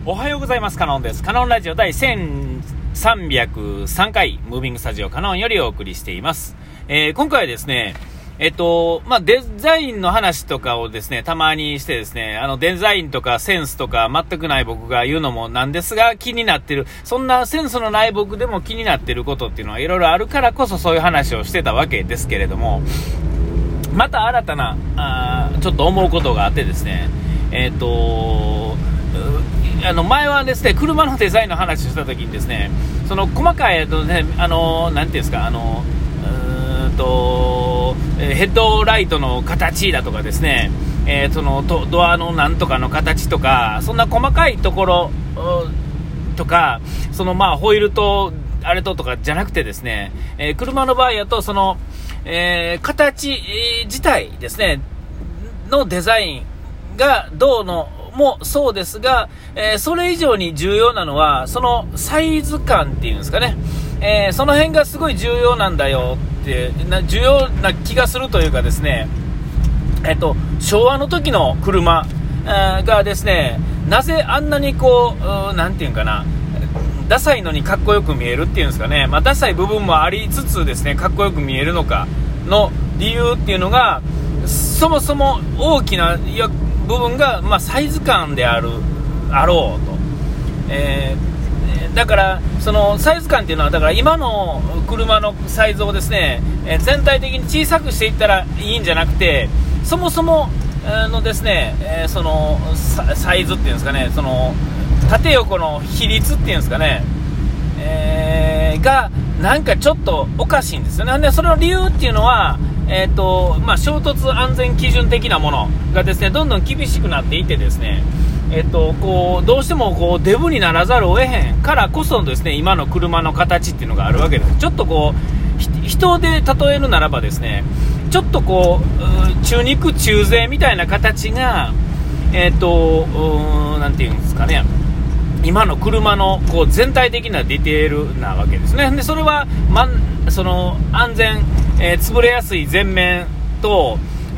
おはようございます。カノンです。カノンラジオ第1303回ムービングスタジオカノンよりお送りしています。今回はですねデザインの話とかをですねたまにしてですね、デザインとかセンスとか全くない僕が言うのもなんですが、気になってる、そんなセンスのない僕でも気になってることっていうのはいろいろあるからこそそういう話をしてたわけですけれども、また新たなちょっと思うことがあってですね、前はですね、車のデザインの話をしたときにですね、その細かいなんていうんですか、ヘッドライトの形だとかですね、そのドアのなんとかの形とか、そんな細かいところとか、そのホイールとあれとかじゃなくてですね、車の場合だとその、形自体ですねのデザインがどうのもそうですが、それ以上に重要なのはそのサイズ感っていうんですかね、その辺がすごい重要なんだよって重要な気がするというかですね、昭和の時の車がですね、なぜあんなにこうなんていうかな、ダサいのにかっこよく見えるっていうんですかね、ダサい部分もありつつですねかっこよく見えるのかの理由っていうのが、そもそも大きな部分が、サイズ感であろうと、だからそのサイズ感っていうのは、だから今の車のサイズをですね、全体的に小さくしていったらいいんじゃなくて、そもそものですね、そのサイズっていうんですかね、その縦横の比率っていうんですかね、がなんかちょっとおかしいんですよね。でそれの理由っていうのは、衝突安全基準的なものがですねどんどん厳しくなっていてですね、こうどうしてもこうデブにならざるを得へんからこそですね、今の車の形っていうのがあるわけです。ちょっとこう人で例えるならばですね、ちょっとこう中肉中背みたいな形がなんていうんですかね、今の車のこう全体的なディテールなわけですね。でそれは、その安全、潰れやすい前面と、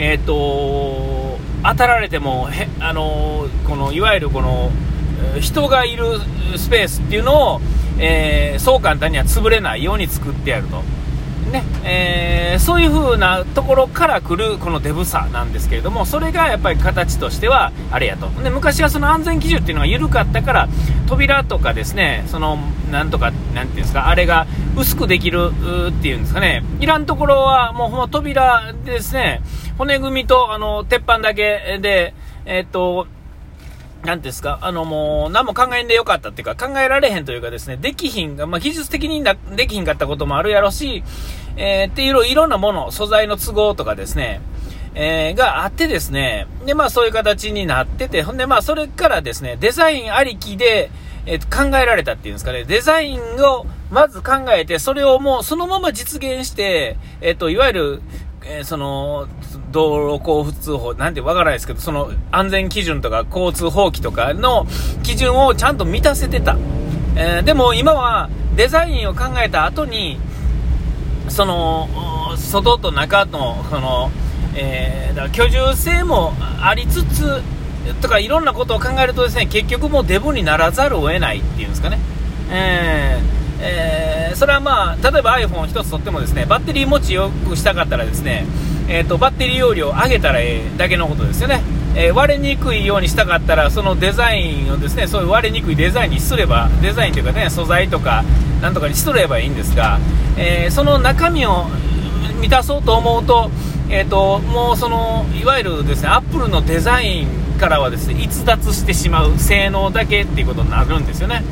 当たられてもこのいわゆるこの人がいるスペースっていうのを、そう簡単には潰れないように作ってやるとね、そういう風なところから来るこのデブさなんですけれども、それがやっぱり形としてはあれやと。で昔はその安全基準っていうのが緩かったから、扉とかですね、そのなんとかなんていうんですか、あれが薄くできるっていうんですかね、いらんところはもうほんま扉でですね、骨組みと鉄板だけでなんですか、もう何も考えんでよかったっていうか、考えられへんというかですね、できひんが、技術的にできひんかったこともあるやろし、っていういろんなもの、素材の都合とかですね、があってですね、でそういう形になってて、ほんでそれからですね、デザインありきで、考えられたっていうんですかね、デザインをまず考えて、それをもうそのまま実現して、いわゆるその道路交通法なんてわからないですけど、その安全基準とか交通法規とかの基準をちゃんと満たせてた、でも今はデザインを考えた後にその外と中のその、だから居住性もありつつとかいろんなことを考えるとですね、結局もうデブにならざるを得ないっていうんですかね、それは例えば iPhone 一つ取ってもですね、バッテリー持ちよくしたかったらですね、バッテリー容量を上げたらだけのことですよね。割れにくいようにしたかったら、そのデザインをですね、そういう割れにくいデザインにすれば、デザインというかね、素材とかなんとかにすればいいんですが、その中身を満たそうと思うと、もうそのいわゆるですね、アップルのデザインからはですね逸脱してしまう性能だけっていうことになるんですよね。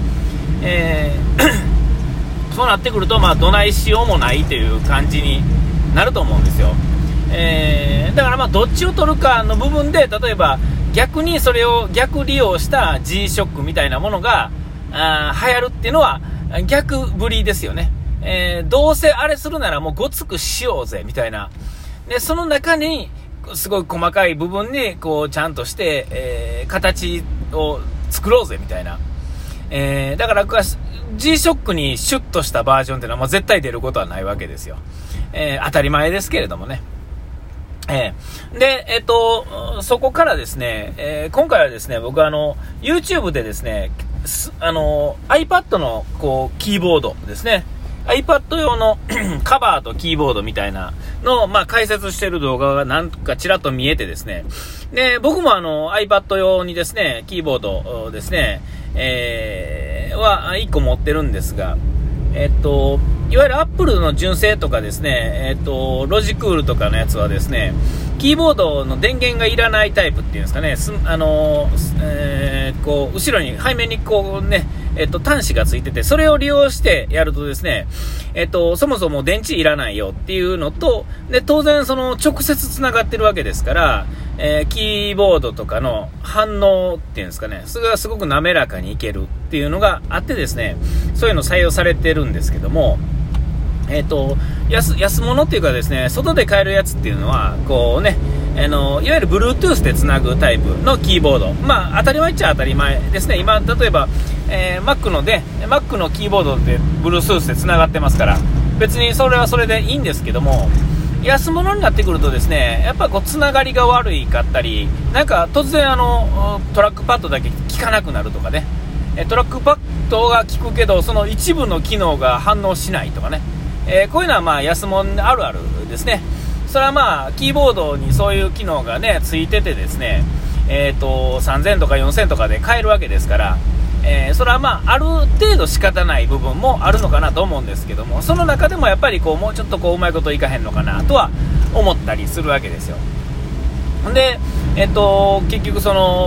そうなってくると、どないしようもないという感じになると思うんですよ。だからどっちを取るかの部分で、例えば逆にそれを逆利用した G-SHOCK みたいなものが流行るっていうのは逆ぶりですよね。どうせあれするならもうごつくしようぜみたいな。でその中にすごい細かい部分にこうちゃんとして、形を作ろうぜみたいな。だからG-SHOCK にシュッとしたバージョンっていうのは絶対出ることはないわけですよ。当たり前ですけれどもね。 で、そこからですね、今回はですね、僕YouTube でですね、iPad のキーボードですね、iPad 用のカバーとキーボードみたいなのを、解説している動画がなんかちらっと見えてですね、で、僕もiPad 用にですね、キーボードですね、は1個持ってるんですが、いわゆる Apple の純正とかですね、ロジクールとかのやつはですね、キーボードの電源がいらないタイプっていうんですかね、後ろに、背面に端子がついてて、それを利用してやるとですね、そもそも電池いらないよっていうのと、で、当然直接つながってるわけですから、キーボードとかの反応っていうんですかね、それがすごく滑らかにいけるっていうのがあってですね、そういうの採用されてるんですけども、安物っていうかですね、外で買えるやつっていうのは、いわゆる Bluetooth でつなぐタイプのキーボード。当たり前っちゃ当たり前ですね。今、例えば、Mac のキーボードで Bluetooth でつながってますから、別にそれはそれでいいんですけども、安物になってくるとですね、やっぱつながりが悪いかったり、なんか突然トラックパッドだけ効かなくなるとかね、トラックパッドが効くけど、その一部の機能が反応しないとかね、こういうのは安物あるあるですね。それはキーボードにそういう機能がねついててですね、3000とか4000とかで買えるわけですから、それはある程度仕方ない部分もあるのかなと思うんですけども、その中でもやっぱりもうちょっとうまいこといかへんのかなとは思ったりするわけですよ。で、結局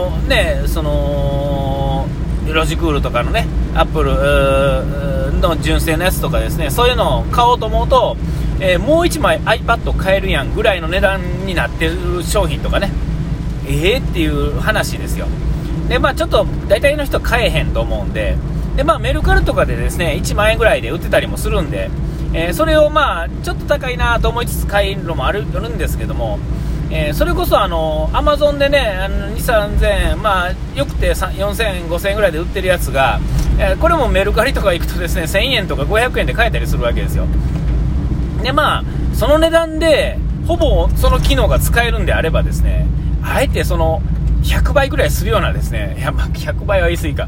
ロジクールとかのね、アップルの純正のやつとかですね、そういうのを買おうと思うと、もう1枚 iPad 買えるやんぐらいの値段になってる商品とかね、っていう話ですよ。で、ちょっと大体の人買えへんと思うんで、メルカリとかでですね、1万円ぐらいで売ってたりもするんで、それをちょっと高いなと思いつつ買えるのもあるんですけども、それこそAmazon でね、2、3000円、よくて4000円、5000円ぐらいで売ってるやつが、これもメルカリとか行くとですね、1000円とか500円で買えたりするわけですよ。で、その値段で、ほぼその機能が使えるんであればですね、あえて100倍ぐらいするようなですね、100倍は言い過ぎか、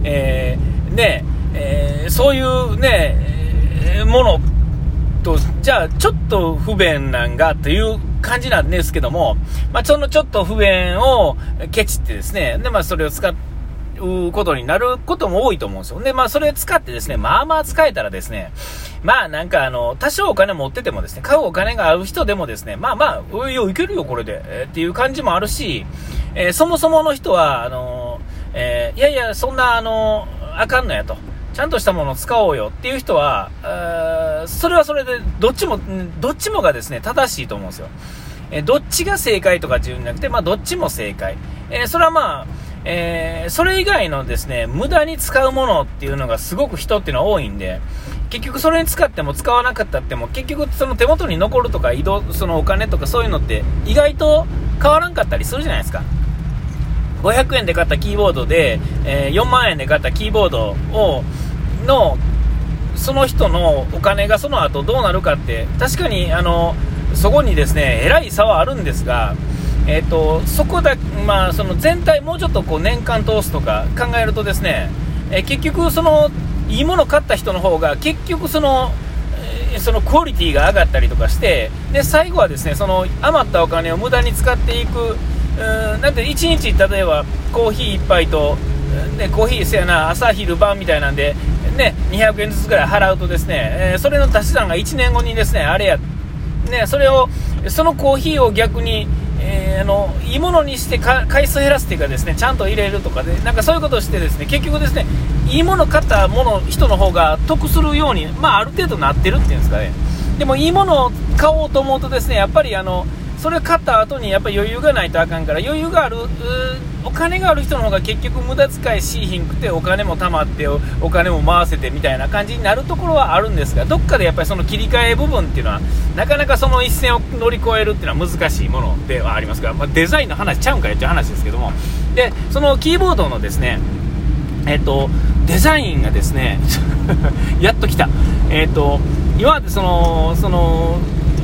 そういうね、ものと、じゃあちょっと不便なんがという感じなんですけども、そのちょっと不便をケチってですね、でそれを使うことになることも多いと思うんですよ。で、それを使ってですね、使えたらですね、なんか多少お金持っててもですね、買うお金がある人でもですね、いけるよこれで、っていう感じもあるし、そもそもの人はいやそんなあかんのやと、ちゃんとしたものを使おうよっていう人は、それはそれでどっちもがですね正しいと思うんですよ。どっちが正解とかっていうんじゃなくて、どっちも正解。それはそれ以外のですね無駄に使うものっていうのがすごく人っていうのは多いんで、結局それに使っても使わなかったっても結局その手元に残るとかそのお金とかそういうのって意外と変わらんかったりするじゃないですか。500円で買ったキーボードで、4万円で買ったキーボードのその人のお金がその後どうなるかって確かにそこにですねえらい差はあるんですが、そこだ、その全体もうちょっと年間通すとか考えるとですね、結局いいもの買った人の方が結局そのクオリティが上がったりとかして、で最後はですね余ったお金を無駄に使っていく、なんて1日例えばコーヒー1杯と、コーヒーせやな朝昼晩みたいなんで、200円ずつぐらい払うとですね、それの足し算が1年後にですねそのコーヒーを逆に、いいものにして回数減らすっていうかですね、ちゃんと入れるとかで、なんかそういうことをしてですね、結局ですね、いいもの買った人の方が得するように、ある程度なってるっていうんですかね。でもいいものを買おうと思うとですね、やっぱりそれを買った後にやっぱり余裕がないとあかんから、余裕があるお金がある人の方が結局無駄遣いしひんくて、お金も貯まってお金も回せてみたいな感じになるところはあるんですが、どっかでやっぱりその切り替え部分っていうのはなかなかその一線を乗り越えるっていうのは難しいものではありますが、デザインの話ちゃうんかよっていう話ですけども、でそのキーボードのですねデザインがですねやっと来た今まで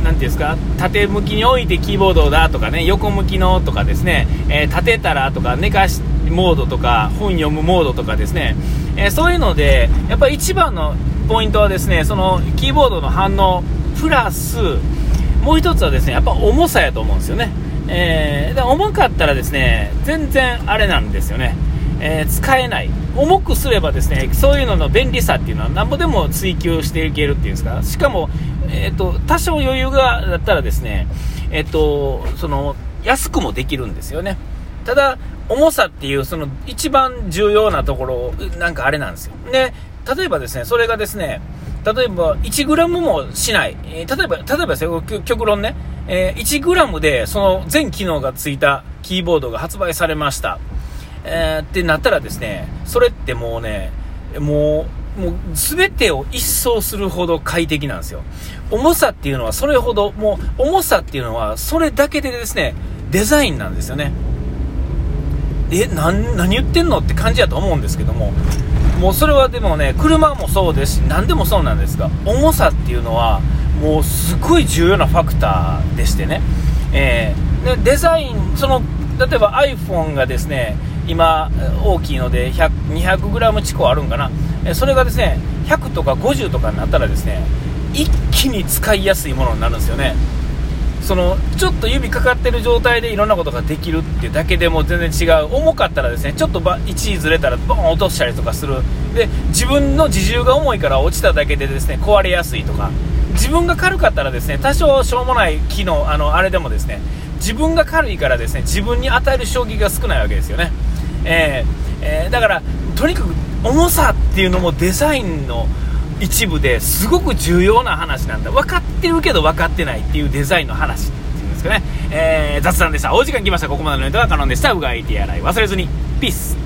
なんていうんですか、縦向きに置いてキーボードだとかね、横向きのとかですね、立てたらとか寝かしモードとか本読むモードとかですね、そういうのでやっぱり一番のポイントはですね、そのキーボードの反応プラスもう一つはですね、やっぱ重さやと思うんですよね。で重かったらですね、全然あれなんですよね、使えない。重くすればですね、そういうのの便利さっていうのは何ぼでも追求していけるっていうんですか、しかも、多少余裕がだったらですね、その安くもできるんですよね。ただ重さっていうその一番重要なところなんかあれなんですよ。で例えばですね、それがですね、例えば 1g もしない、例えばですよ、極論ね、1g でその全機能がついたキーボードが発売されました、ってなったらですね、それってもうね、もう全てを一掃するほど快適なんですよ。重さっていうのはそれほど、もう重さっていうのはそれだけでですね、デザインなんですよね。何言ってんのって感じだと思うんですけども、もうそれはでもね、車もそうですし何でもそうなんですが、重さっていうのはもうすごい重要なファクターでしてね、でデザイン、その例えば iPhone がですね、今大きいので200g 近くあるんかな、それがですね100とか50とかになったらですね、一気に使いやすいものになるんですよね。そのちょっと指かかってる状態でいろんなことができるっていうだけでも全然違う。重かったらですね、ちょっと位置ずれたらボン落としたりとかする。で自分の自重が重いから落ちただけでですね壊れやすいとか、自分が軽かったらですね、多少しょうもない機能あれでもですね、自分が軽いからですね、自分に与える衝撃が少ないわけですよね。だからとにかく重さっていうのもデザインの一部ですごく重要な話なんだ。分かってるけど分かってないっていうデザインの話っていうんですかね。雑談でした。お時間来ました。ここまでのネタはカノンでした。うがいてやらい忘れずに。ピース。